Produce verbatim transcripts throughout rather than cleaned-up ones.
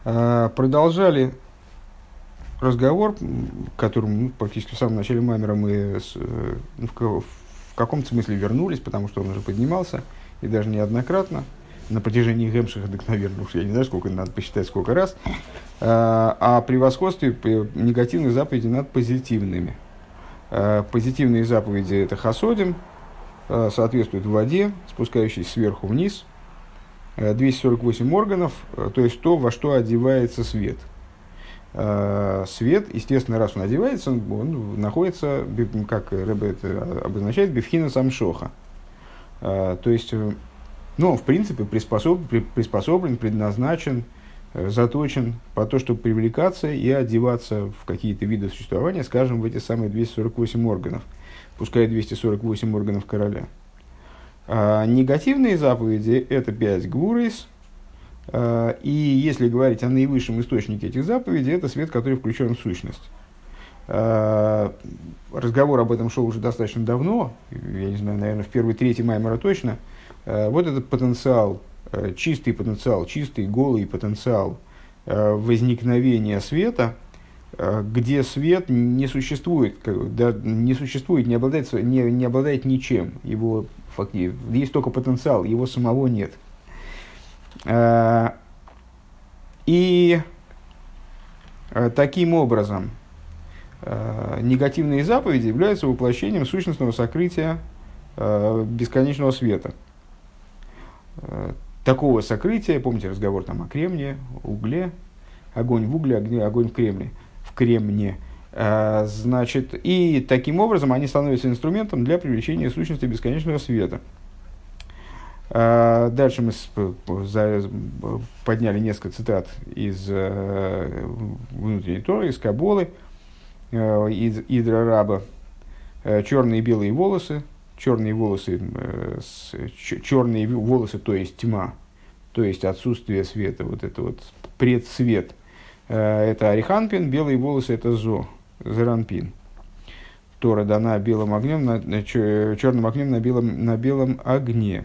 А, Продолжали разговор, м, которым, ну, практически в самом начале Маймера мы с, э, ну, в, ка- в каком-то смысле вернулись, потому что он уже поднимался, и даже неоднократно, на протяжении Гемшиха, наверное, уж я не знаю, сколько, надо посчитать, сколько раз, а, о превосходстве п- негативных заповедей над позитивными. А, Позитивные заповеди – это хасодим, а, соответствуют воде, спускающейся сверху вниз, а, двести сорок восемь органов, а, то есть то, во что одевается свет – свет, естественно, раз он одевается, он, он находится, как Рэбе это обозначает, бифхина самшоха. То есть, ну, он, в принципе, приспособ, приспособлен, предназначен, заточен по то, чтобы привлекаться и одеваться в какие-то виды существования, скажем, в эти самые двести сорок восемь органов, пускай двести сорок восемь органов короля. А негативные заповеди – это пять гвурейс. И если говорить о наивысшем источнике этих заповедей, это свет, который включен в сущность. Разговор об этом шел уже достаточно давно, я не знаю, наверное, в первой трети Маймера точно. Вот этот потенциал, чистый потенциал, чистый голый потенциал возникновения света, где свет не существует, да, не существует, не обладает, не, не обладает ничем, его, есть только потенциал, его самого нет. И таким образом негативные заповеди являются воплощением сущностного сокрытия бесконечного света. Такого сокрытия, помните разговор там о кремне, угле, огонь в угле, огонь в кремне, в кремне. Значит, и таким образом они становятся инструментом для привлечения сущности бесконечного света. Дальше мы подняли несколько цитат из внутренней Торы, из Каболы, из Идра Раба. Черные и белые волосы, черные волосы, черные волосы, то есть тьма, то есть отсутствие света, вот это вот предсвет. Это Ариханпин, белые волосы это Зо, Заранпин. Тора дана белым огнем, на, черным огнем на белом, на белом огне.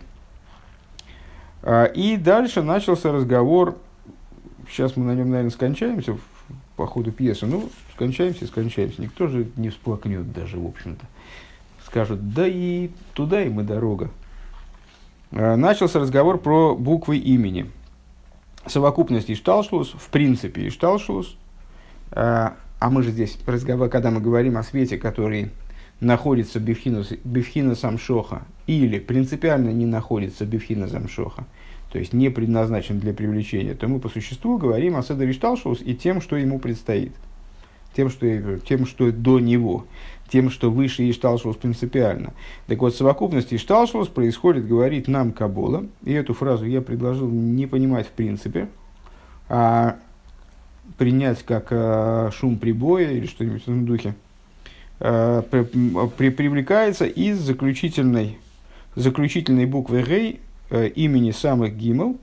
И дальше начался разговор, сейчас мы на нем, наверное, скончаемся по ходу пьесы, ну, скончаемся, скончаемся, никто же не всплакнет даже, в общем-то. Скажут, да и туда им и дорога. Начался разговор про буквы имени. Совокупность Ишталшус, в принципе Ишталшус, а мы же здесь, разговор, когда мы говорим о свете, который находится бифхина самшоха или принципиально не находится бифхина самшоха, то есть не предназначен для привлечения, то мы по существу говорим о седер Ишталшус и тем, что ему предстоит, тем, что, тем, что до него, тем, что выше Ишталшус принципиально. Так вот, совокупность Ишталшус происходит, говорит нам Кабола, и эту фразу я предложил не понимать в принципе, а принять как а, шум прибоя или что-нибудь в этом духе. При, при, привлекается из заключительной, заключительной буквы Гей имени самых Гимел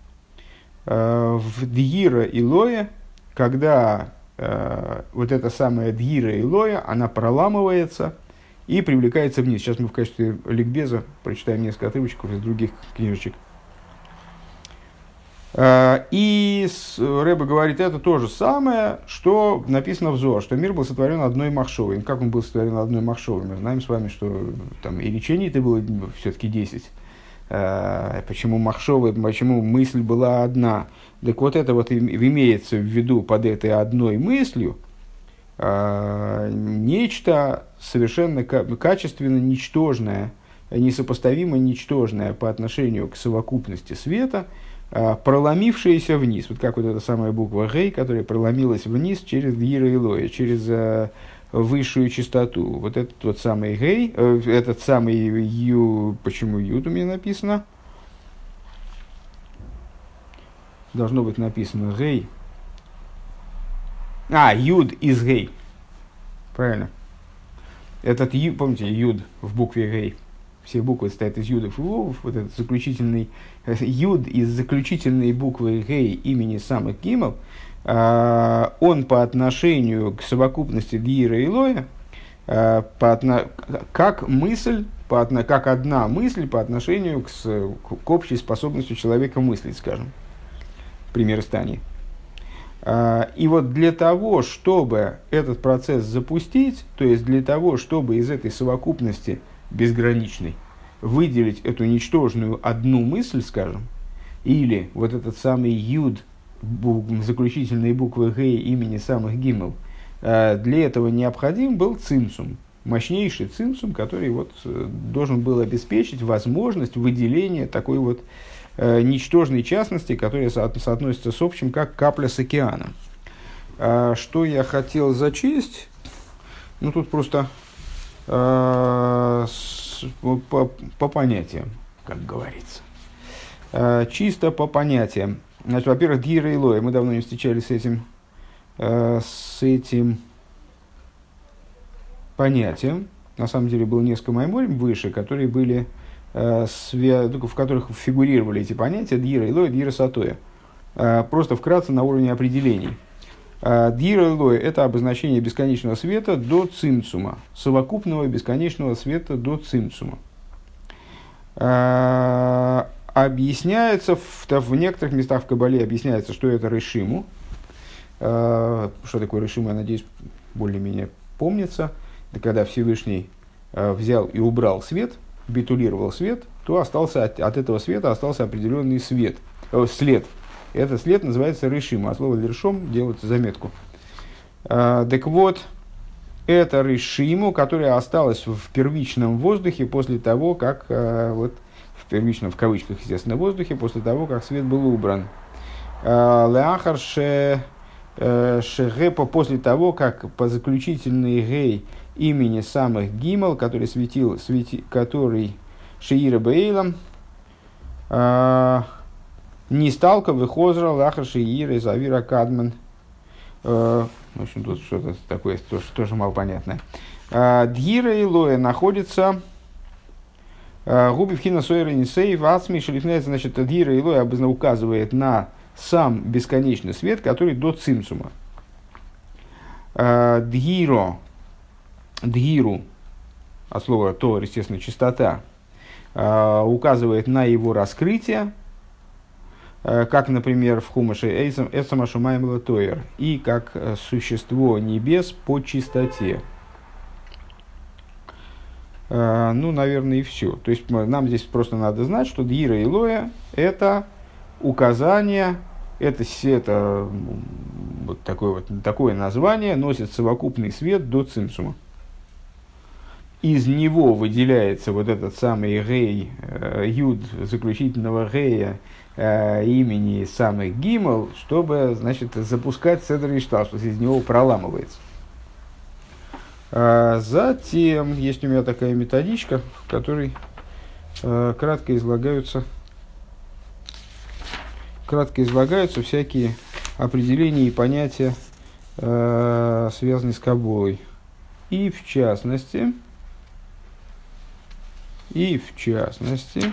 в Дьира и Лоя, когда вот эта самая Дьира и Лоя, она проламывается и привлекается вниз. Сейчас мы в качестве ликбеза прочитаем несколько отрывочков из других книжечек. И Рэбе говорит, это то же самое, что написано в Зоар, что мир был сотворен одной махшовой. Как он был сотворен одной махшовой? Мы знаем с вами, что там и речений-то было все-таки десять. Почему махшовой, почему мысль была одна? Так вот это вот имеется в виду под этой одной мыслью нечто совершенно качественно ничтожное, несопоставимо ничтожное по отношению к совокупности света, проломившаяся вниз, вот как вот эта самая буква Гей, которая проломилась вниз через Дьира и Лоя, через э, высшую частоту. Вот этот вот самый Гей, э, этот самый Ю, почему Юд у меня написано? Должно быть написано Гей. А, Юд из Гей. Правильно. Этот Ю, помните, Юд в букве Гей. Все буквы состоят из юдов и вовов. Вот этот заключительный юд из заключительной буквы Гей имени самых Гимов, э, он по отношению к совокупности Дьира и Лоя, э, по, как мысль, по, как одна мысль по отношению к, к общей способности человека мыслить, скажем. Пример из Тани. И вот для того, чтобы этот процесс запустить, то есть для того, чтобы из этой совокупности безграничной выделить эту ничтожную одну мысль, скажем, или вот этот самый юд, заключительные буквы г имени самых гимел, для этого необходим был цимсум, мощнейший цимсум, который вот должен был обеспечить возможность выделения такой вот э, ничтожной частности, которая со- соотносится с общим, как капля с океаном. А, что я хотел зачесть? Ну, тут просто э, с, по, по понятиям, как говорится. Э, чисто по понятиям. Значит, во-первых, Дьира и Лоя. Мы давно не встречались с этим, э, с этим понятием. На самом деле было несколько майморим выше, которые были, э, свя... в которых фигурировали эти понятия Дьира и Лоя, Дьира Сатоя. Э, просто вкратце на уровне определений. Э, Дьира и Лоя – это обозначение бесконечного света до цимцума, совокупного бесконечного света до цимцума. Э, объясняется, в, в некоторых местах в Кабале объясняется, что это решиму. Э, что такое решиму, я надеюсь, более-менее помнится. Это когда Всевышний э, взял и убрал свет, битулировал свет, то остался от, от этого света остался определенный свет, э, след. Этот след называется решим, а слово лершом делается заметку. Э, так вот, это решиму, которая осталась в первичном воздухе после того, как, э, вот, в первичном, в кавычках, естественно, воздухе, после того, как свет был убран. Леахар ше шегепа, после того, как по заключительной гей имени самых гимал, который светил, свети, который шеира бейлам, не сталка выхозра лахар шеира из авира кадман. В общем, тут что-то такое тоже, тоже малопонятное. Дьира и Лоя находится губи вхина сойра нисей вацми шелифнется, значит, Дьира и Лоя указывает на сам бесконечный свет, который до цимсума. Дгиро, дгиру, от слова то, естественно, чистота, указывает на его раскрытие, как, например, в Хумаше Эсама Шумаем Латоер, и как существо небес по чистоте. Ну, наверное, и все. То есть нам здесь просто надо знать, что Дьира и Лоя – это указание, это, это вот такое, вот такое название носит совокупный свет до цимсума. Из него выделяется вот этот самый гей, э, юд заключительного гея э, имени самых гимел, чтобы, значит, запускать седер иштал, что из него проламывается. А затем есть у меня такая методичка, в которой э, кратко излагаются Кратко излагаются всякие определения и понятия, э, связанные с Каболой. И в частности, и в частности,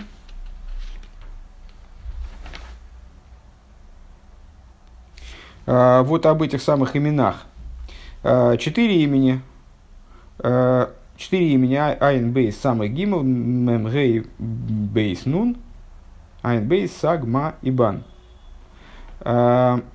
э, вот об этих самых именах. Э, четыре имени, э, четыре имени Айн Бейс самых гимл, Мем Гей Бейс Нун, Айн Бейс Саг Ма и Бан. Это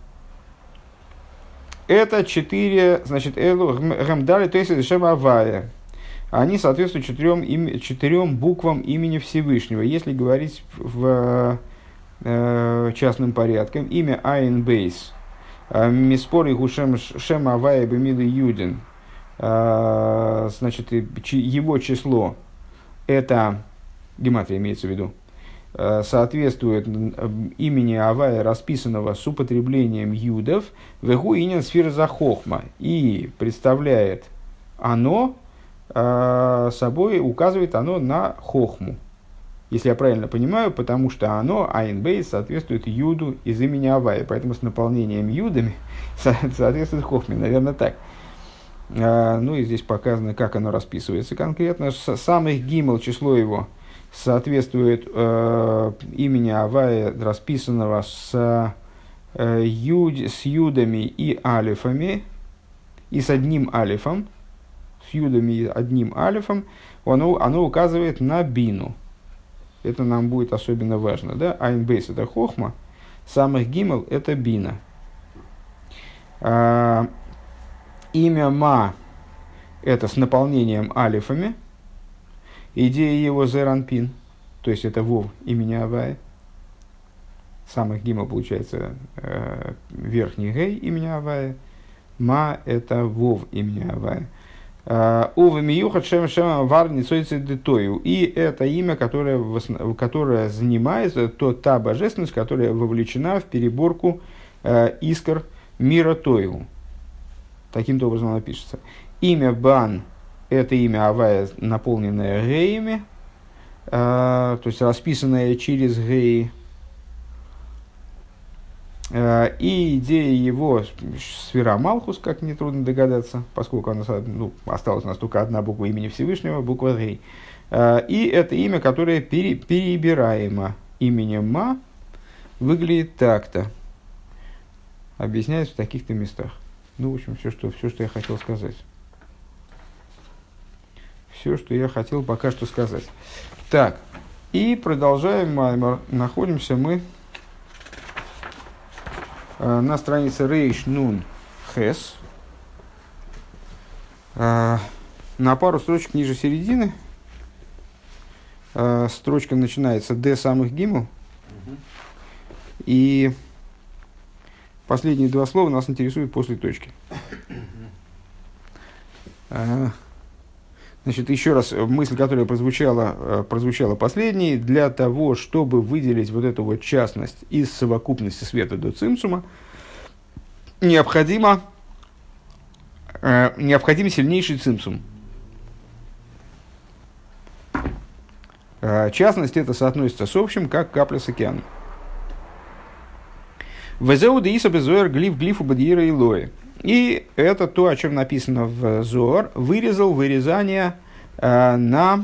четыре, значит, элу гамдали, то есть шема авая. Они соответствуют четырем, им, четырем буквам имени Всевышнего. Если говорить в э, частным порядком, имя Айн Бейс, Миспор и Гушем Шема Авая Бемиды Юдин, значит, его число, это, гематрия имеется в виду, соответствует имени Авая, расписанного с употреблением юдов, вегу инин сфера за хохма, и представляет оно собой, указывает оно на хохму. Если я правильно понимаю, потому что оно, Айн Бейс, соответствует юду из имени Авая, поэтому с наполнением юдами соответствует хохме, наверное, так. Ну и здесь показано, как оно расписывается конкретно. Самых гимел, число его, соответствует э, имени Авая, расписанного с, э, юд, с юдами и алифами, и с одним алифом, с юдами и одним алифом, оно, оно указывает на бину. Это нам будет особенно важно. Да? Айн Бейс – это хохма, самых гимел – это бина. А, имя Ма – это с наполнением алифами. Идея его Зеранпин, то есть это Вов имени Авая. Самых Гима получается э, верхний Гей имени Авая. Ма – это Вов имени Авая. Увы миюхат шем шем вар ницойцы детою. И это имя, которое, которое занимается, то та божественность, которая вовлечена в переборку э, искр мира Тойгу. Таким образом оно пишется. Имя Бан – это имя Авая, наполненное Геями, э, то есть расписанное через Геи. И идея его сфера Малхус, как нетрудно догадаться, поскольку она, ну, осталась у нас только одна буква имени Всевышнего, буква Гей. И это имя, которое пере, перебираемо именем Ма, выглядит так-то. Объясняется в таких-то местах. Ну, в общем, все, что, все, что я хотел сказать. Все, что я хотел пока что сказать. Так, и продолжаем маймор. Находимся мы на странице Рейш Нун Хес, на пару строчек ниже середины. Строчка начинается Д самых Гимл, и последние два слова нас интересуют после точки. Значит, еще раз, мысль, которая прозвучала, прозвучала последней, для того, чтобы выделить вот эту вот частность из совокупности света до цимсума, необходимо, э, необходим сильнейший цимсум. Э, частность это соотносится с общим, как капля с океаном. Везеуда иса безоэр глиф глифу бадьира и лои. И это то, о чем написано в Зоар. Вырезал вырезание э, на,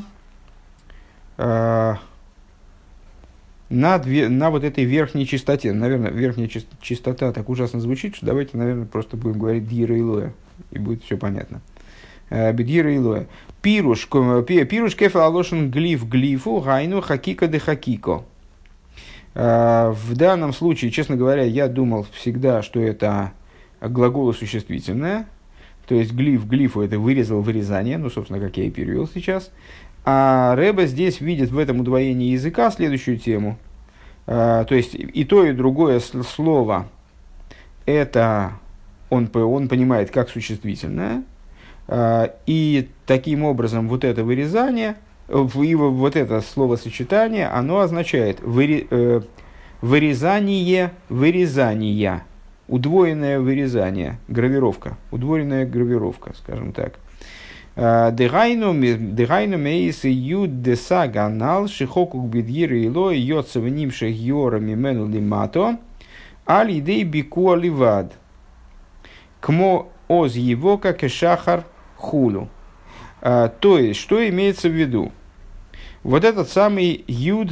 э, на, две, на вот этой верхней частоте. Наверное, верхняя частота так ужасно звучит, что давайте, наверное, просто будем говорить дьира и лоя, и будет все понятно. Бедьира и лоя. Пируш, пируш кефа алошен глиф глифу гайну хакика де хакико. В данном случае, честно говоря, я думал всегда, что это глаголосуществительное, то есть глиф глифу это вырезал вырезание, ну, собственно, как я и перевел сейчас. А Ребе здесь видит в этом удвоении языка следующую тему. То есть и то, и другое слово это он, он понимает как существительное. И таким образом вот это вырезание, вот это словосочетание, оно означает вырезание вырезания. Удвоенное вырезание, гравировка, удвоенная гравировка, скажем так. Дегайну мейс юд деса ганал шихокук бедьиры ило йоца внимших йорами мену лимато аль идей бику аливад кмо оз его как и шахар хулу. То есть, что имеется в виду? Вот этот самый юд,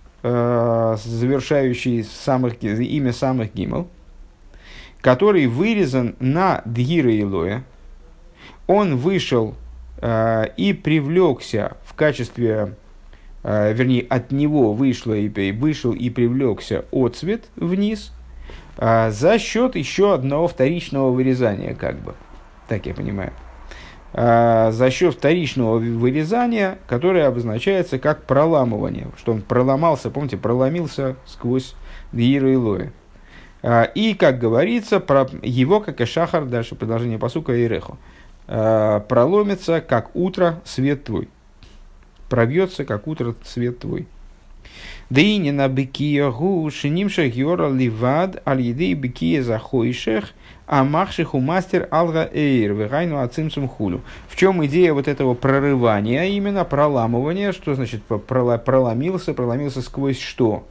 завершающий самых, имя самых гимл, который вырезан на дьира илоя, он вышел э, и привлекся в качестве, э, вернее, от него вышло и, вышел и привлекся отцвет вниз э, за счет еще одного вторичного вырезания, как бы, так я понимаю. Э, за счет вторичного вырезания, которое обозначается как проламывание, что он проломался, помните, проломился сквозь дьира илоя. И, как говорится, про его, как и шахар, дальше продолжение пасука и рехо, проломится, как утро, свет твой. Пробьется, как утро, свет твой. Да и не на бекия гу шинимшах йора ливад аль едей бекия захойшех, а махшиху мастер алга эйр вегайну ацимсум хулю. В чем идея вот этого прорывания, именно проламывания, что значит проломился, проломился сквозь что?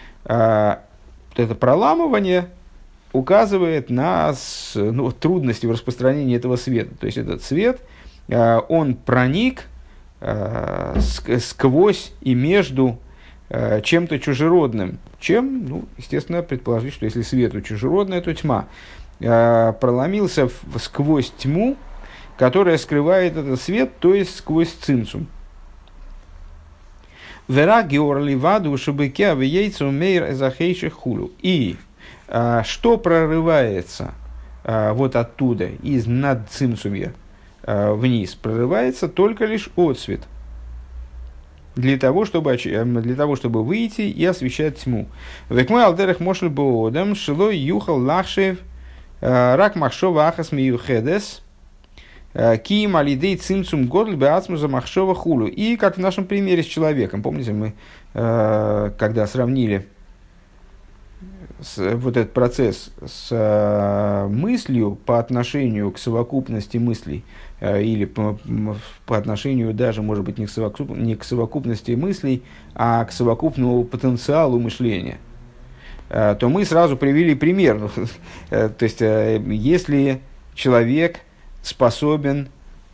Это проламывание указывает на ну, трудности в распространении этого света. То есть этот свет, он проник сквозь и между чем-то чужеродным. Чем? Ну, естественно, предположить, что если свет чужеродное, то тьма. Проломился сквозь тьму, которая скрывает этот свет, то есть сквозь цимсум. И а, что прорывается вот оттуда, из над цимсумья, вниз прорывается только лишь отсвет. Для того, чтобы, для того, чтобы выйти и освещать тьму. Векмой алдерах мошль боодам шилой юхал лахшев рак махшова ахас миюхедес ки малидей цимцум годль беацмуза махшова хулу. И как в нашем примере с человеком. Помните, мы когда сравнили с, вот этот процесс с мыслью по отношению к совокупности мыслей, или по, по отношению даже, может быть, не к, совокуп, не к совокупности мыслей, а к совокупному потенциалу мышления, то мы сразу привели пример. То есть, если человек способен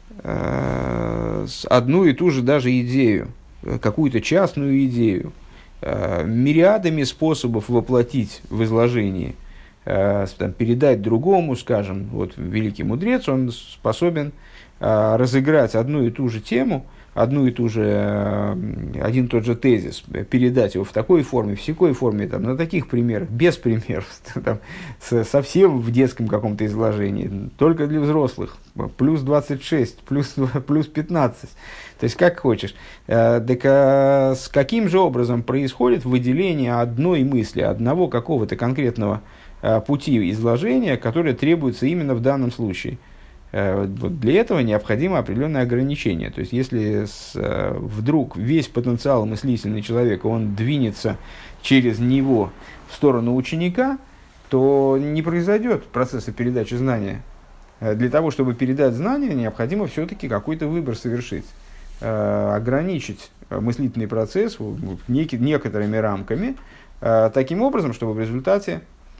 одну и ту же даже идею, какую-то частную идею, мириадами способов воплотить в изложении, там, передать другому, скажем, вот великий мудрец, он способен разыграть одну и ту же тему, одну и ту же, один и тот же тезис, передать его в такой форме, в сякой форме, там, на таких примерах, без примеров, там, совсем в детском каком-то изложении, только для взрослых, плюс двадцать шесть, плюс, плюс пятнадцать, то есть как хочешь. Так а с каким же образом происходит выделение одной мысли, одного какого-то конкретного пути изложения, которое требуется именно в данном случае? Вот для этого необходимо определенное ограничение. То есть, если с, вдруг весь потенциал мыслительный человека, он двинется через него в сторону ученика, то не произойдет процесса передачи знания. Для того, чтобы передать знания, необходимо все-таки какой-то выбор совершить. Ограничить мыслительный процесс нек- некоторыми рамками, таким образом, чтобы в результате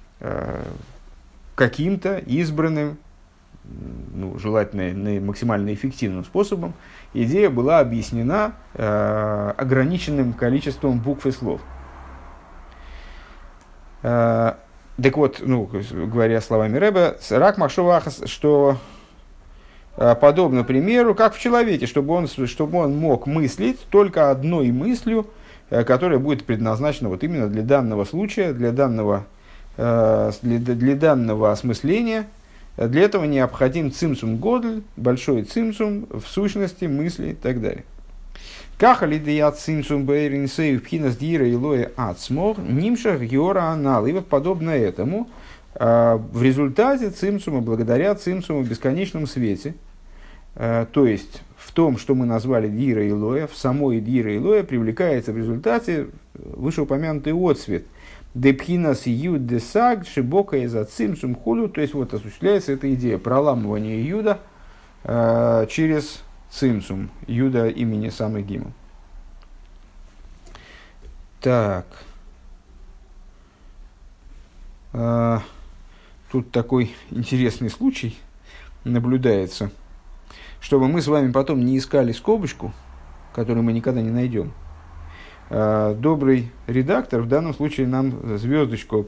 каким-то избранным, ну, желательно максимально эффективным способом, идея была объяснена э, ограниченным количеством букв и слов. Э, так вот, ну, говоря словами Ребе, рак махшова ахас, что э, подобно примеру, как в человеке, чтобы он, чтобы он мог мыслить только одной мыслью, э, которая будет предназначена вот именно для данного случая, для данного, э, для, для данного осмысления. Для этого необходим цимсум годль, большой цимсум, в сущности, мысли и так далее. Кахали дия цимсум бэйринсэй пхинас дира илоэ ацмор нимшах йора анал. И вот подобно этому, в результате цимсума, благодаря цимсуму в бесконечном свете, то есть в том, что мы назвали дира илоэ, в самой дира илоэ привлекается в результате вышеупомянутый отсвет. Депхинас юд десаг шибока из цимсум хулю, то есть вот осуществляется эта идея проламывания юда э, через цимсум, юда имени самой Гимл. Так. Э, тут такой интересный случай наблюдается, чтобы мы с вами потом не искали скобочку, которую мы никогда не найдем. Добрый редактор в данном случае нам звездочку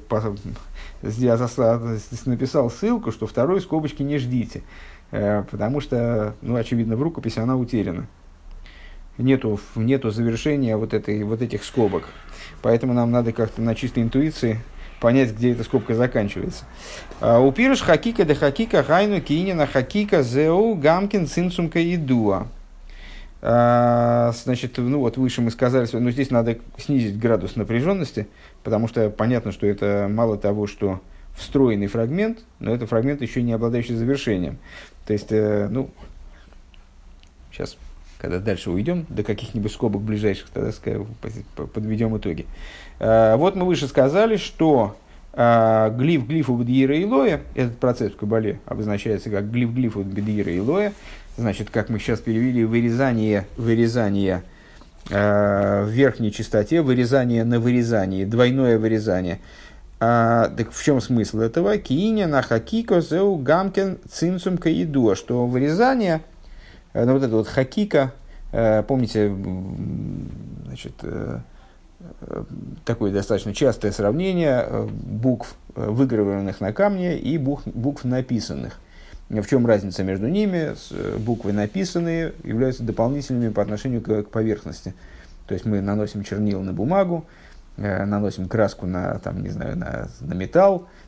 написал ссылку, что второй скобочки не ждите, потому что, ну, очевидно, в рукописи она утеряна. Нету, нету завершения вот, этой, вот этих скобок. Поэтому нам надо как-то на чистой интуиции понять, где эта скобка заканчивается. Упирыш хакика де хакика хайну кинина хакика зеу гамкин цимсумка идуа. Значит, ну вот выше мы сказали, но здесь надо снизить градус напряженности, потому что понятно, что это мало того, что встроенный фрагмент, но это фрагмент еще не обладающий завершением. То есть, ну, сейчас, когда дальше уйдем, до каких-нибудь скобок ближайших, тогда подведем итоги. Вот мы выше сказали, что глиф глифу бедиира илоя, этот процесс в Кабале обозначается как глиф глифу бедиира илоя. Значит, как мы сейчас перевели, вырезание, вырезание э, в верхней частоте, вырезание на вырезании, двойное вырезание. А, так в чем смысл этого? Кииня на хакико зеу гамкен цинцум каидуа, что вырезание, э, ну, вот это вот хакика, э, помните, значит, э, такое достаточно частое сравнение букв, выгравированных на камне, и букв, букв написанных. В чем разница между ними? Буквы написанные являются дополнительными по отношению к, к поверхности. То есть мы наносим чернила на бумагу, э, наносим краску на, там, не знаю, на, на металл,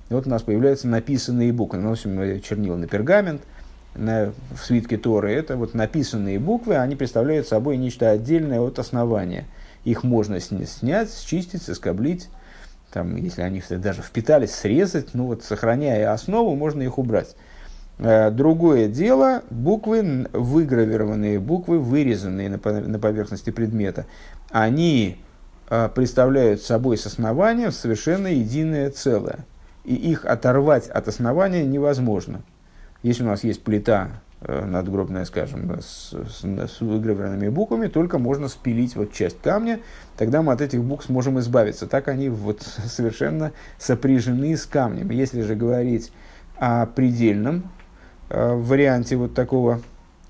И вот у нас появляются написанные буквы. Наносим чернила на пергамент, на, в свитке Торы. Это вот написанные буквы, они представляют собой нечто отдельное от основания. Их можно снять, счистить, соскоблить. Там, если они даже впитались, срезать. Ну вот, сохраняя основу, можно их убрать. Другое дело, буквы, выгравированные буквы, вырезанные на поверхности предмета, они представляют собой с основанием совершенно единое целое. И их оторвать от основания невозможно. Если у нас есть плита надгробная, скажем, с, с, с выгравированными буквами, только можно спилить вот часть камня, тогда мы от этих букв сможем избавиться. Так они вот совершенно сопряжены с камнем. Если же говорить о предельном в варианте вот такого,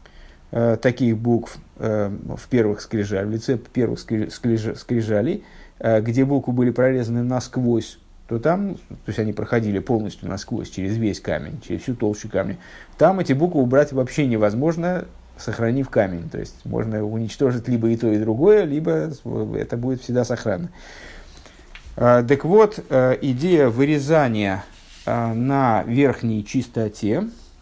таких букв в первых скрижалях, в лице первых скрижалей, где буквы были прорезаны насквозь, то там, то есть они проходили полностью насквозь, через весь камень, через всю толщу камня, там эти буквы убрать вообще невозможно, сохранив камень. То есть можно уничтожить либо и то, и другое, либо это будет всегда сохранно. Так вот, идея вырезания на верхней чистоте,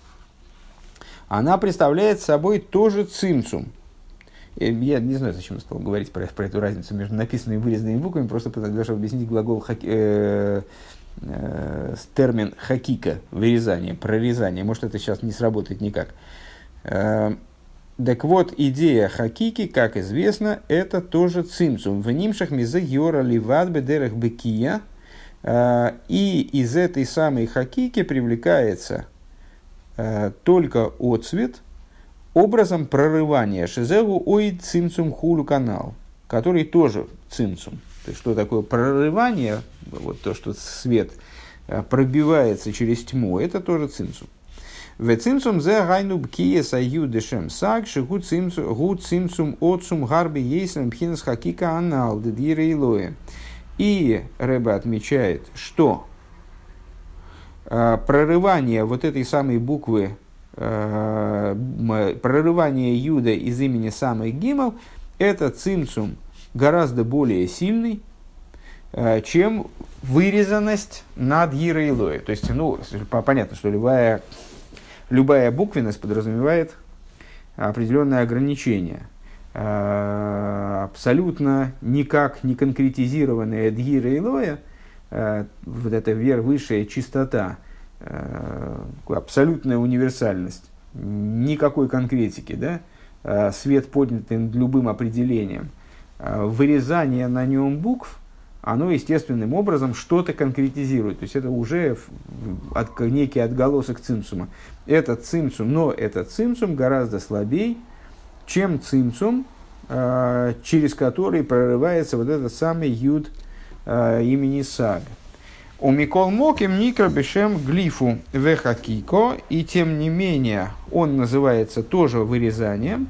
она представляет собой тоже цимцум. Я не знаю, зачем я стал говорить про, про эту разницу между написанными и вырезанными буквами, просто для того, чтобы объяснить глагол хаки, э, э, термин хакика, вырезание, прорезание. Может, это сейчас не сработает никак. Э, так вот, идея хакики, как известно, это тоже цимцум. В нимшах мизе йора ливад бедерах бекия. И из этой самой хакики привлекается только отцвет образом прорывания шизегу ой цимцум хулю канал, который тоже цимцум. То есть, что такое прорывание, вот то, что свет пробивается через тьму, это тоже цимцум. В цимцум зе гайну бкие саю дешем саг шигу цимцум отцум гарби ейсен пхинас хакика анал дедира илоэ. И Ребе отмечает, что э, прорывание вот этой самой буквы, э, прорывание Юда из имени самой Гимел, это цимцум гораздо более сильный, э, чем вырезанность над Йирей-Лой. То есть, ну, понятно, что любая, любая буквенность подразумевает определенное ограничение. Абсолютно никак не конкретизированная Дгира Илоя, вот эта вер, высшая чистота, абсолютная универсальность, никакой конкретики, да? Свет поднятый над любым определением, вырезание на нем букв, оно естественным образом что-то конкретизирует. То есть это уже от, некий отголосок цимсума. Это цимсум, но этот цимсум гораздо слабее, чем цимцум, э, через который прорывается вот этот самый юд э, имени Саг. У Микол Моким Никра Бешем Глифу Вехакико, и тем не менее он называется тоже вырезанием.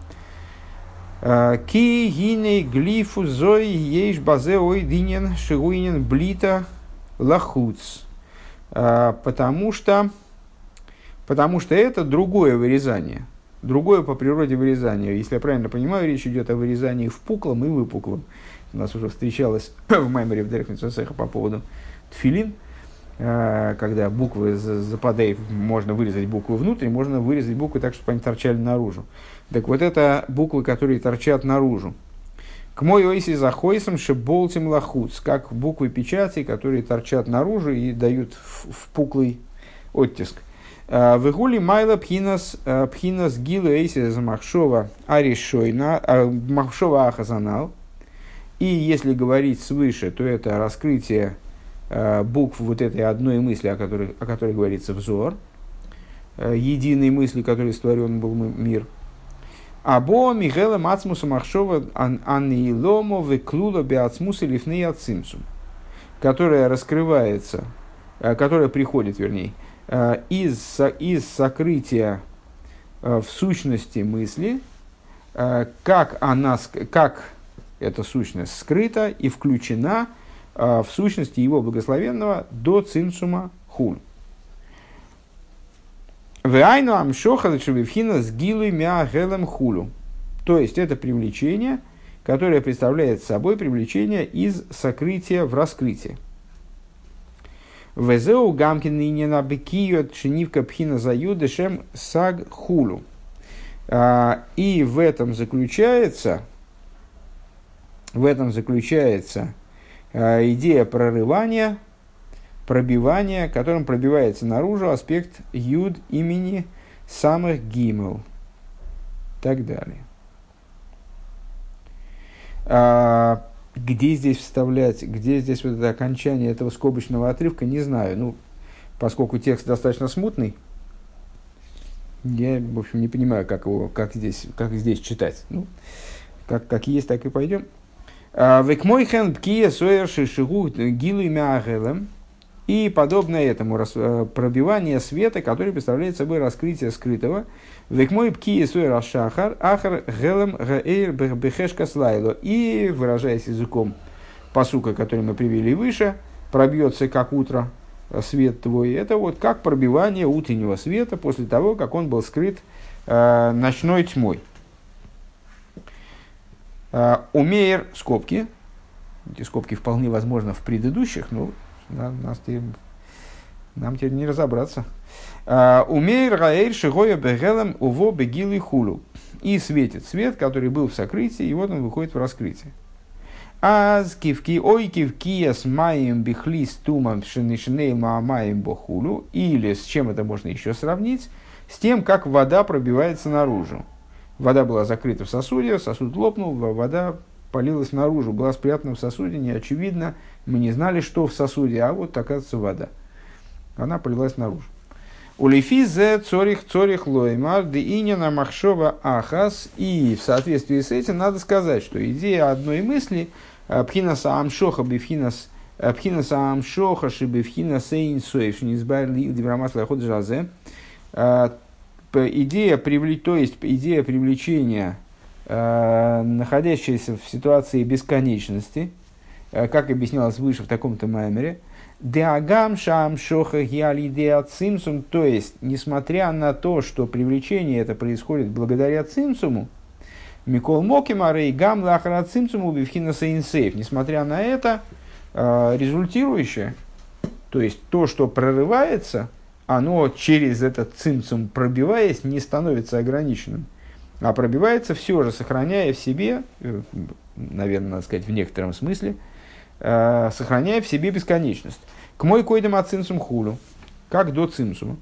Ки гиней глифу зой ейш базе ой динен шигуинен блита лахуц. Потому что, потому что это другое вырезание. Другое по природе вырезания. Если я правильно понимаю, речь идет о вырезании впуклом и выпуклом. У нас уже встречалось в Маймере в Дерек Митцвосеха по поводу тфилин, когда буквы западают, можно вырезать буквы внутрь, можно вырезать буквы так, чтобы они торчали наружу. Так вот, это буквы, которые торчат наружу. К мой ойси захойсам шеболтим лахуц, как буквы печати, которые торчат наружу и дают впуклый оттиск. Выгули майла пхинас пхинас гилу эйси замахшова аришойна махшова ахазанал. И если говорить свыше, то это раскрытие букв вот этой одной мысли, о которой, о которой говорится взор, единой мысли, которой створен был мир. Або Михаила Мацмуса Махшова Анниломо Веклула Биацмуса Лифней Ацимсум, которая раскрывается, которая приходит, вернее, из, из сокрытия в сущности мысли, как, она, как эта сущность скрыта и включена в сущности его благословенного до цимсума хуль. Вайну амшоха зачевивхина с гилой мяхелем хулю. То есть это привлечение, которое представляет собой привлечение из сокрытия в раскрытие. Везеу гамкин и не набекиют шинивка пхина заюдышем саг хулу. И в этом заключается, в этом заключается идея прорывания, пробивания, которым пробивается наружу аспект юд имени самых гимел. И так далее. Где здесь вставлять, где здесь вот это окончание этого скобочного отрывка, не знаю. Ну, поскольку текст достаточно смутный, я, в общем, не понимаю, как его, как здесь, как здесь читать. Ну, как, как есть, так и пойдем. Векмойхен бкия соерши шигу гилу имя агелем. И подобное этому пробивание света, который представляет собой раскрытие скрытого. Векмой пкия соер шахар ахар гелем гаэйр бехешка слайло. И, выражаясь языком пасука, который мы привели выше, пробьется как утро свет твой. Это вот как пробивание утреннего света после того, как он был скрыт э, ночной тьмой. Э, умеер скобки. Эти скобки вполне возможно в предыдущих, но нам, нас, нам теперь не разобраться. Умеер гаэйр шигоя бегелем уво бегилы хулу. И светит свет, который был в сокрытии, и вот он выходит в раскрытие. Аз кивки, ой кивки с маем бихли с тумом шенешней маамаем бохулу. Или с чем это можно еще сравнить? С тем, как вода пробивается наружу. Вода была закрыта в сосуде, сосуд лопнул, вода полилась наружу, была спрятана в сосуде, не очевидно. Мы не знали, что в сосуде, а вот, оказывается, вода. Она полилась наружу. Улифизе цорих цорих лоймар де инина махшова ахас. И в соответствии с этим надо сказать, что идея одной мысли пхинаса амшоха бифхинас пхинаса амшоха шибифхинас эйнсоев шнизбайли дибрамасла ход жазе. Идея привлечь, то есть идея привлечения, находящаяся в ситуации бесконечности, как объяснялось выше в таком-то маймере, Деагам шам шоха гиалидеа цимсум, то есть, несмотря на то, что привлечение это происходит благодаря цимсуму, Микол Мокимарей гам лахара цимсуму бифхина сейнсейф, несмотря на это, результирующее, то есть то, что прорывается, оно через этот цимсум, пробиваясь, не становится ограниченным, а пробивается все же, сохраняя в себе, наверное, надо сказать, в некотором смысле, сохраняя в себе бесконечность. К мой койдам от цимсум хулу, как до цимсума.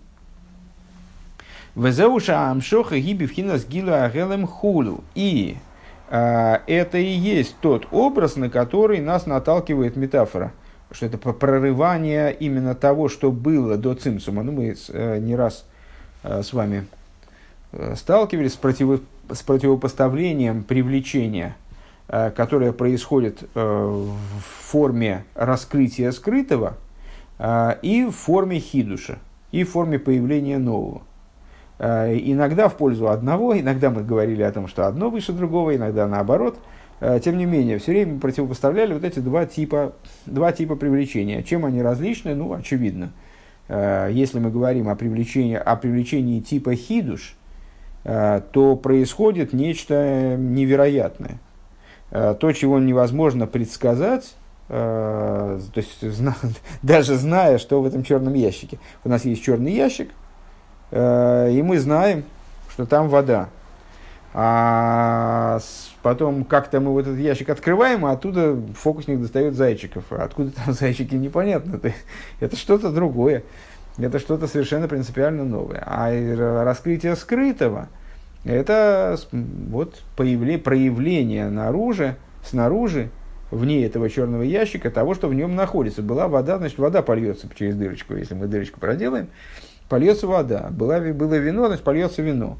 Везеуша амшоха гибивхинас гилу агелем хулу. И э, это и есть тот образ, на который нас наталкивает метафора, что это прорывание именно того, что было до цимсума. Ну, мы э, не раз э, с вами э, сталкивались с, против, с противопоставлением привлечения, которое происходит в форме раскрытия скрытого и в форме хидуша, и в форме появления нового. Иногда в пользу одного, иногда мы говорили о том, что одно выше другого, иногда наоборот. Тем не менее, все время противопоставляли вот эти два типа, два типа привлечения. Чем они различны? Ну, очевидно. Если мы говорим о привлечении, о привлечении типа хидуш, то происходит нечто невероятное. То, чего невозможно предсказать, то есть, даже зная, что в этом черном ящике. У нас есть черный ящик, и мы знаем, что там вода. А потом как-то мы вот этот ящик открываем, а оттуда фокусник достает зайчиков. А откуда там зайчики, непонятно. Это что-то другое. Это что-то совершенно принципиально новое. А раскрытие скрытого – это вот появление, проявление наружу, снаружи, вне этого черного ящика, того, что в нем находится. Была вода, значит, вода польется через дырочку. Если мы дырочку проделаем, польется вода. Была, было вино, значит, польется вино.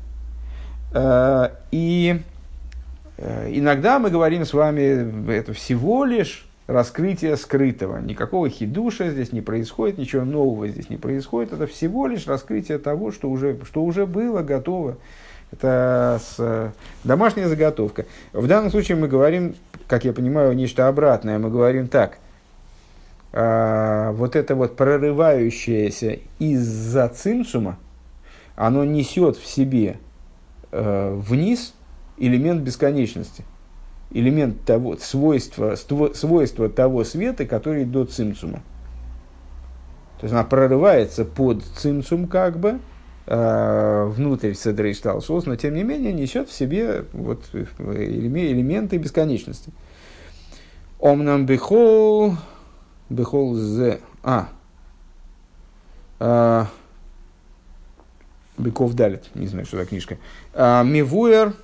И иногда мы говорим с вами, это всего лишь раскрытие скрытого. Никакого хидуша здесь не происходит, ничего нового здесь не происходит. Это всего лишь раскрытие того, что уже, что уже было готово. Это с, домашняя заготовка. В данном случае мы говорим, как я понимаю, нечто обратное. Мы говорим так. Э, вот это вот прорывающееся из-за цимсума, оно несет в себе э, вниз элемент бесконечности. Элемент того, свойства, свойства того света, который до цимсума. То есть она прорывается под цимцум как бы, э, внутрь седра ишталшус, но тем не менее несет в себе вот, элементы бесконечности. Омнам бихол, бихол зе, а, а Быков Далит, не знаю, что за книжка. А, Мивуэр,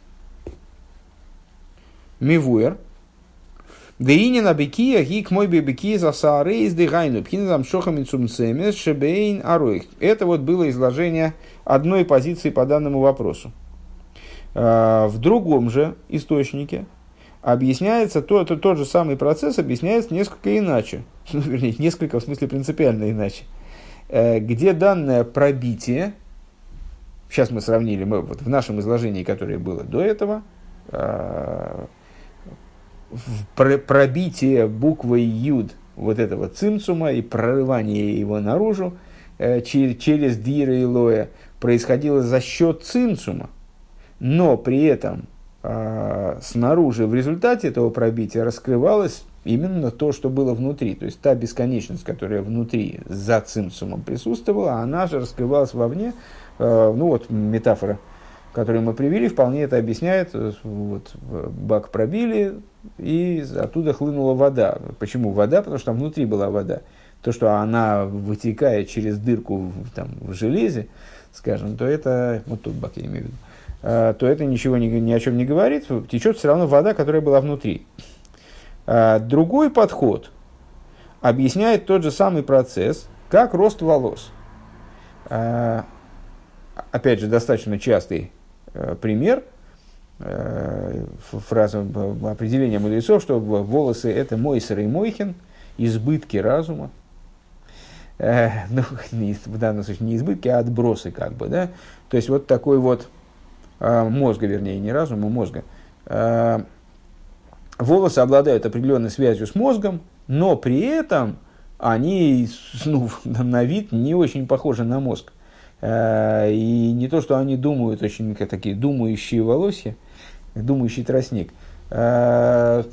Мивуэр, Деинина бекия, гик мой бекия за саарей из дыгайну, пхинзам шохам цумцемес шебейн аруих. Это вот было изложение одной позиции по данному вопросу. А, в другом же источнике объясняется, то, то, тот же самый процесс объясняется несколько иначе. Ну, вернее, несколько, в смысле, принципиально иначе. А, где данное пробитие, сейчас мы сравнили, мы, вот в нашем изложении, которое было до этого, э, пробитие буквой Юд вот этого цимцума и прорывание его наружу э, через, через Дира и Лоя происходило за счет цимцума, но при этом э, снаружи в результате этого пробития раскрывалось именно то, что было внутри. То есть та бесконечность, которая внутри за цимцумом присутствовала, она же раскрывалась вовне. Ну вот метафора, которую мы привели, вполне это объясняет. Вот, бак пробили, и оттуда хлынула вода. Почему вода? Потому что там внутри была вода. То, что она вытекает через дырку там, в железе, скажем, то это, вот тут бак я имею в виду, то это ничего ни, ни о чем не говорит. Течет все равно вода, которая была внутри. Другой подход объясняет тот же самый процесс, как рост волос. Опять же, достаточно частый э, пример, э, фраза, определение мудрецов, что волосы – это мойсер и мойхин, избытки разума. Э, ну, не, в данном случае не избытки, а отбросы, как бы, да. То есть, вот такой вот э, мозга, вернее, не разума, мозга. Э, волосы обладают определенной связью с мозгом, но при этом они, ну, на вид не очень похожи на мозг. И не то, что они думают, очень как такие думающие волосья, думающий тростник. Это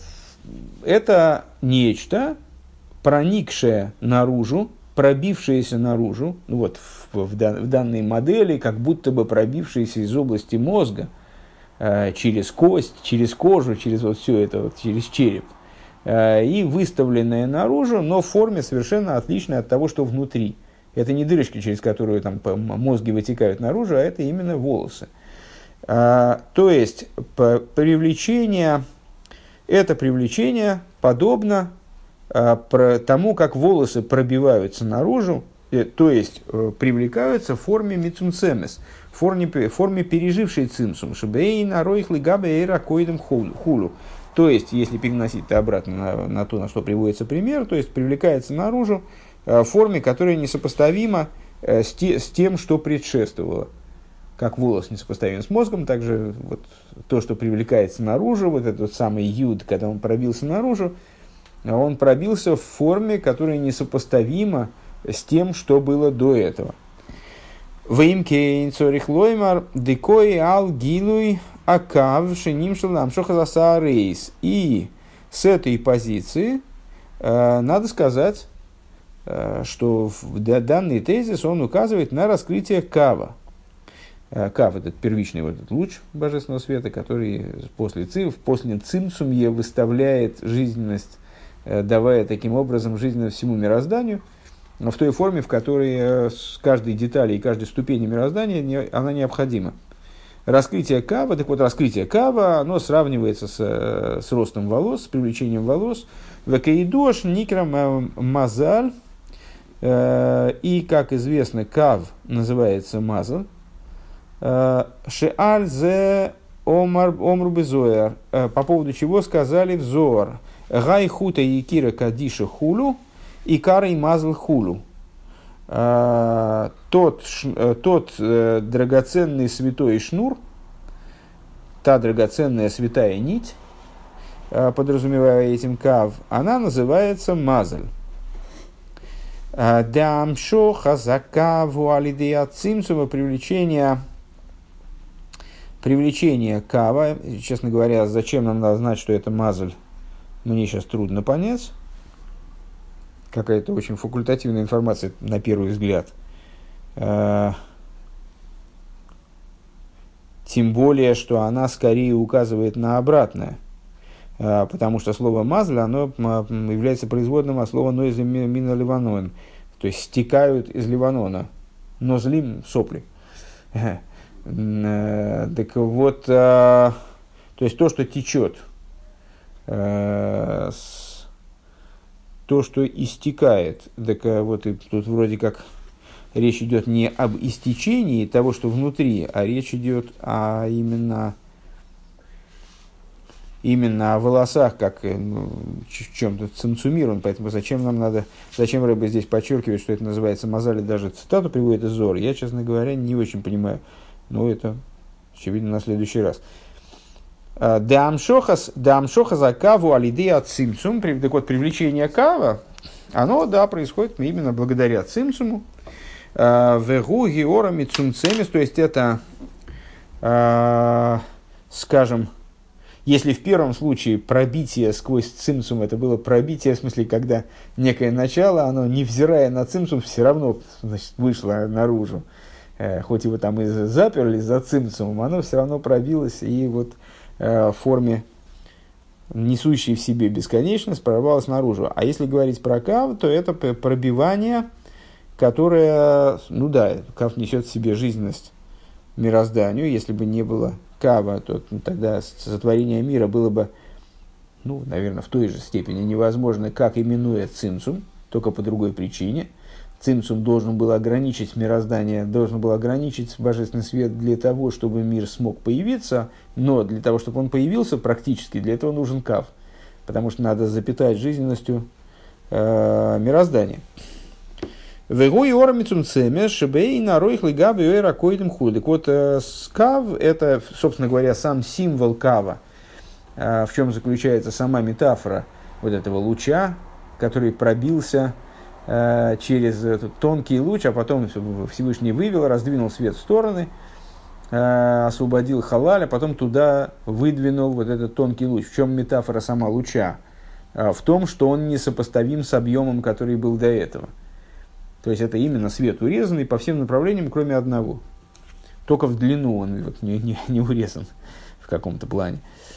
нечто, проникшее наружу, пробившееся наружу, вот в, в, дан, в данной модели, как будто бы пробившееся из области мозга, через кость, через кожу, через вот все это, вот, через череп, и выставленное наружу, но в форме совершенно отличной от того, что внутри. Это не дырочки, через которые там, мозги вытекают наружу, а это именно волосы. А, то есть, привлечение, это привлечение подобно а, про, тому, как волосы пробиваются наружу, э, то есть, э, привлекаются в форме мицумцемес, в форме, в форме пережившей цимсум, шебейна ройхли габе эйра коидем хулу. То есть, если переносить это обратно на, на то, на что приводится пример, то есть, привлекается наружу, в форме, которая несопоставима с, те, с тем, что предшествовало. Как волос несопоставим с мозгом, также вот то, что привлекается наружу, вот этот самый юд, когда он пробился наружу, он пробился в форме, которая несопоставима с тем, что было до этого. Веймкейн цорих лоймар декой ал гилуй акав шиним шелам шохазаса рейс. И с этой позиции э, надо сказать, что данный тезис, он указывает на раскрытие кава. Кав – это первичный вот этот луч божественного света, который после, цим, после цимсумье выставляет жизненность, давая таким образом жизненность всему мирозданию, но в той форме, в которой с каждой детали и каждой ступени мироздания она необходима. Раскрытие кава, так вот, раскрытие кава, оно сравнивается с, с ростом волос, с привлечением волос. Векаидош никрам мазаль. И, как известно, кав называется мазаль. Шеаль зе омру безояр. По поводу чего сказали в Зоар. Гай хута якира кадиша хулу и карой мазаль хулу. Тот, тот драгоценный святой шнур, та драгоценная святая нить, подразумевая этим кав, она называется мазаль. Дамшо хазака вуалидея цимсума, привлечение, привлечение кава. Честно говоря, зачем нам надо знать, что это мазаль, мне сейчас трудно понять. какая-то очень факультативная информация на первый взгляд. Тем более, что она скорее указывает на обратное. Потому что слово «мазль» оно является производным от слова «нойзе мина ливанон», то есть стекают из Ливанона. Нозлим – сопли. Так вот, то есть то, что течет, то, что истекает, так вот и тут вроде как речь идет не об истечении того, что внутри, а речь идет о именно, именно о волосах, как ну, в чем-то цимцумирован. Поэтому зачем нам надо, зачем Рэбе здесь подчеркивает, что это называется мазали, даже цитату приводит из Зор. Я, честно говоря, не очень понимаю. Но это, очевидно, на следующий раз. Дамшохас за каву алидея цимцум. Так вот, привлечение кава, оно, да, происходит именно благодаря цимцуму. Вегу георами цумцемис, то есть это, скажем, если в первом случае пробитие сквозь цимцум, это было пробитие, в смысле, когда некое начало, оно, невзирая на цимцум, все равно, значит, вышло наружу. Хоть его там и заперли за цимцумом, оно все равно пробилось и вот в форме, несущей в себе бесконечность, прорвалось наружу. А если говорить про кав, то это пробивание, которое, ну да, кав несет в себе жизненность мирозданию. Если бы не было кава, то ну, тогда сотворение мира было бы, ну, наверное, в той же степени невозможно, как именуя цимцум, только по другой причине. Цимцум должен был ограничить мироздание, должен был ограничить божественный свет для того, чтобы мир смог появиться, но для того, чтобы он появился практически, для этого нужен кав, потому что надо запитать жизненностью э, мироздание. Вегуи орамицум цеме шебей наройх лигаби ойра койдем худик. Вот кав – это, собственно говоря, сам символ кава. В чем заключается сама метафора вот этого луча, который пробился через этот тонкий луч, а потом Всевышний вывел, раздвинул свет в стороны, освободил халаль, а потом туда выдвинул вот этот тонкий луч. В чем метафора сама луча? В том, что он несопоставим с объемом, который был до этого. То есть это именно свет урезанный по всем направлениям, кроме одного. Только в длину он вот не, не, не урезан в каком-то плане.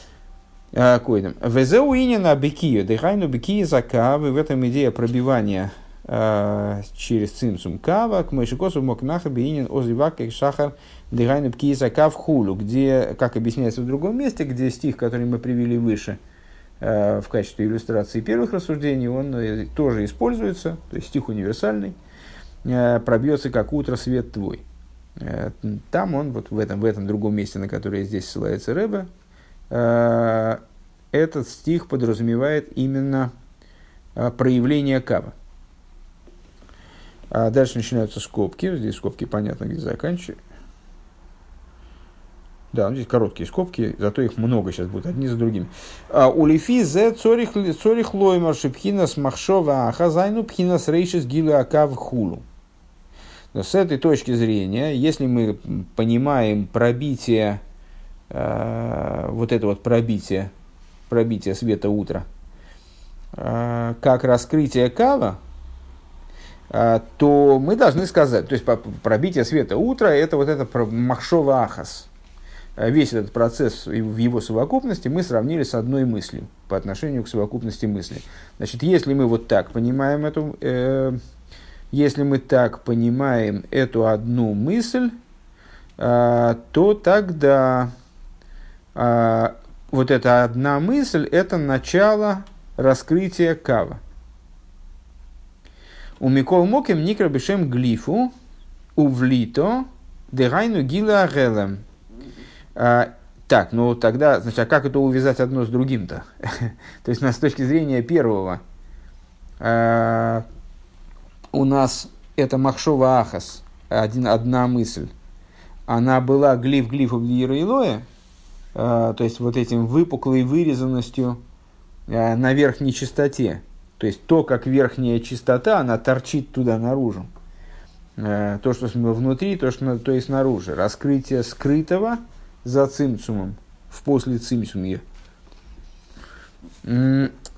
Везеуинина бекию, дыхайну бекию за кавы. В этом идея пробивания э, через цимцум кава. К мойшикосу мокнаха беинин озивак и шахар дыхайну бекию за кав хулу. Где, как объясняется в другом месте, где стих, который мы привели выше, э, в качестве иллюстрации первых рассуждений, он э, тоже используется. То есть стих универсальный. Э, пробьется, как утро, свет твой. Э, там он, вот в этом, в этом другом месте, на которое здесь ссылается Ребе, этот стих подразумевает именно проявление кава. А дальше начинаются скобки. Здесь скобки понятно, где заканчивать. Да, здесь короткие скобки, зато их много сейчас будет, одни за другими. Улифи зе цорих лоймар шипхинас махшова ахазайну пхинас рейшис гилу акав хулу. Но с этой точки зрения, если мы понимаем пробитие, вот это вот пробитие, пробитие света утра, как раскрытие кава, то мы должны сказать, то есть пробитие света утра, это вот это махшова ахас. Весь этот процесс в его совокупности мы сравнили с одной мыслью по отношению к совокупности мысли. Значит, если мы вот так понимаем эту, э, если мы так понимаем эту одну мысль, э, то тогда А, вот эта одна мысль – это начало раскрытия кава. У Микол Мокем Никра Бешем Глифу Увлито Дерайну Гила Гелем. Так, ну тогда, значит, а как это увязать одно с другим-то? То есть, с точки зрения первого, а, у нас это Махшова Ахас, один, одна мысль, она была глиф глифу Лира Илоя, то есть вот этим выпуклой вырезанностью на верхней чистоте. То есть то, как верхняя чистота, она торчит туда наружу. То, что внутри, то, что то есть снаружи. Раскрытие скрытого за цимцумом, в после цимцуме.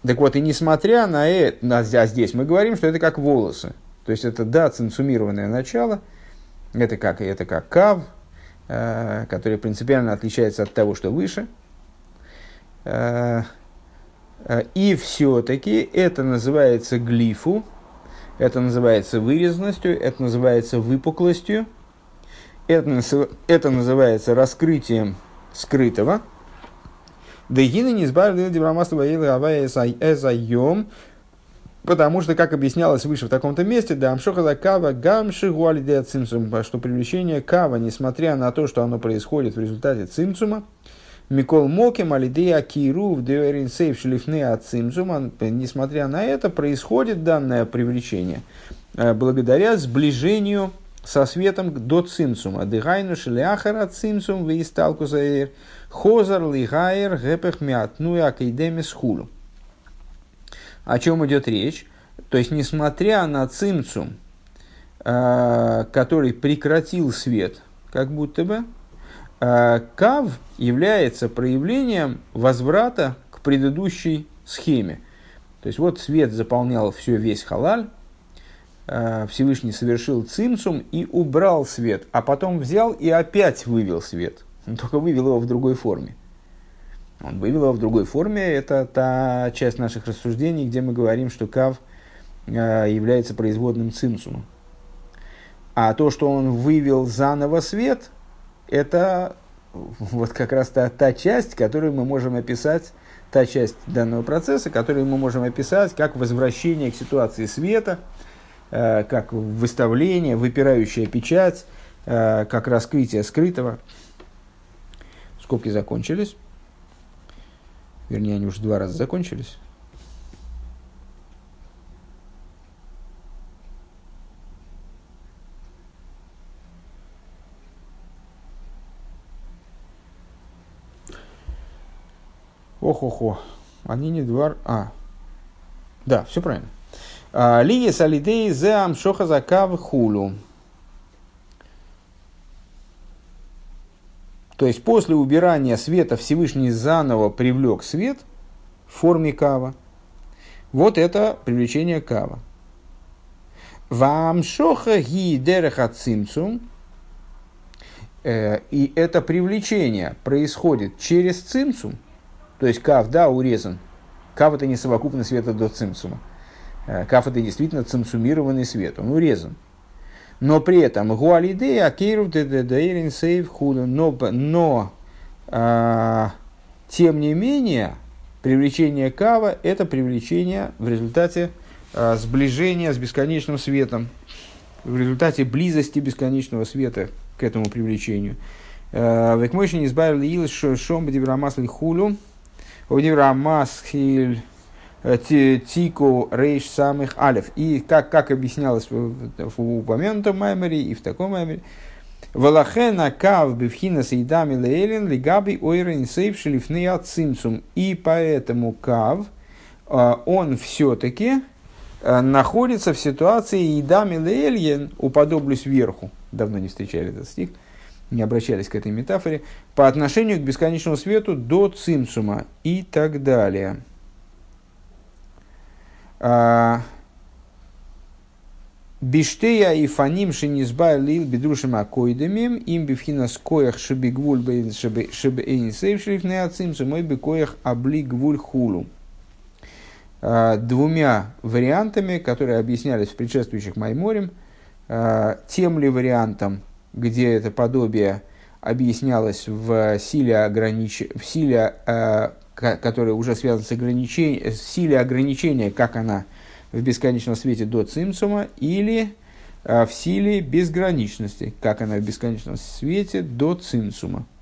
Так вот, и несмотря на это, а здесь мы говорим, что это как волосы. То есть, это, да, цинцумированное начало, это как, это как кав, э, который принципиально отличается от того, что выше. Э, э, и все-таки это называется глифу, это называется вырезанностью, это называется выпуклостью, это, это называется раскрытием скрытого. Дегина не избавили дебрамасла ваилы авая эзайом, потому что, как объяснялось выше в таком-то месте, да амшоха за кава гамши гуалидея цимцум, что привлечение кава, несмотря на то, что оно происходит в результате цимцума, микол моким алидея киру в деверинсейв шлифны от цимцума, несмотря на это, происходит данное привлечение благодаря сближению со светом до цимцума. Дыгайну шелиахара цимцум веисталку заир хозар лигайр гепех мятну и акейдемис хулу. О чем идет речь? То есть, несмотря на цимцум, который прекратил свет, как будто бы, кав является проявлением возврата к предыдущей схеме. То есть, вот свет заполнял все, весь халаль, Всевышний совершил цимцум и убрал свет, а потом взял и опять вывел свет. Он только вывел его в другой форме. Он вывел его в другой форме. Это та часть наших рассуждений, где мы говорим, что кав является производным цимцума. А то, что он вывел заново свет, это вот как раз та, та часть, которую мы можем описать, та часть данного процесса, которую мы можем описать как возвращение к ситуации света, как выставление, выпирающая печать, как раскрытие скрытого. Скобки закончились. Вернее, они уже два раза закончились. Ох-охо. Они не два... А. Да, все правильно. Лия салидей зе амшоха закав хулу. То есть, после убирания света Всевышний заново привлек свет в форме кава. Вот это привлечение кава. Вамшоха ги дереха цимцум. И это привлечение происходит через цимцум. То есть, кав, да, урезан. Кав – это не совокупность света до цимцума. Кав – это действительно цимцумированный свет. Он урезан. Но при этом гуалидея акейру дедедейрин сейв худу. Но, но а, тем не менее, привлечение кава – это привлечение в результате а, сближения с бесконечным светом, в результате близости бесконечного света к этому привлечению. Векмойшин избавили ил шом бдибрамасли хулю, бдибрамасхиль Тику рейш самых алев. И как, как объяснялось в, в упомянутом маймере и в таком маймере, Валахена кав бифхина сейдами лейлин лигаби ойрен сейв шлифны от цимцум. И поэтому кав, он все-таки находится в ситуации едами лейлин, уподоблюсь вверху. Давно не встречали этот стих, не обращались к этой метафоре, по отношению к бесконечному свету до цимцума и так далее. Биштея и фаним шинизбай лил бедрушим акоидемим им бифхина скоях шебигвуль шебейнсейв шлифны ацимцу мой бекоях облигвуль хулу. Двумя вариантами, которые объяснялись в предшествующих майморем, тем ли вариантом, где это подобие объяснялось в силе, огранич... в силе которая уже связана с, ограничением, с силой ограничения, как она в бесконечном свете до цимцума, или в силе безграничности, как она в бесконечном свете до цимцума.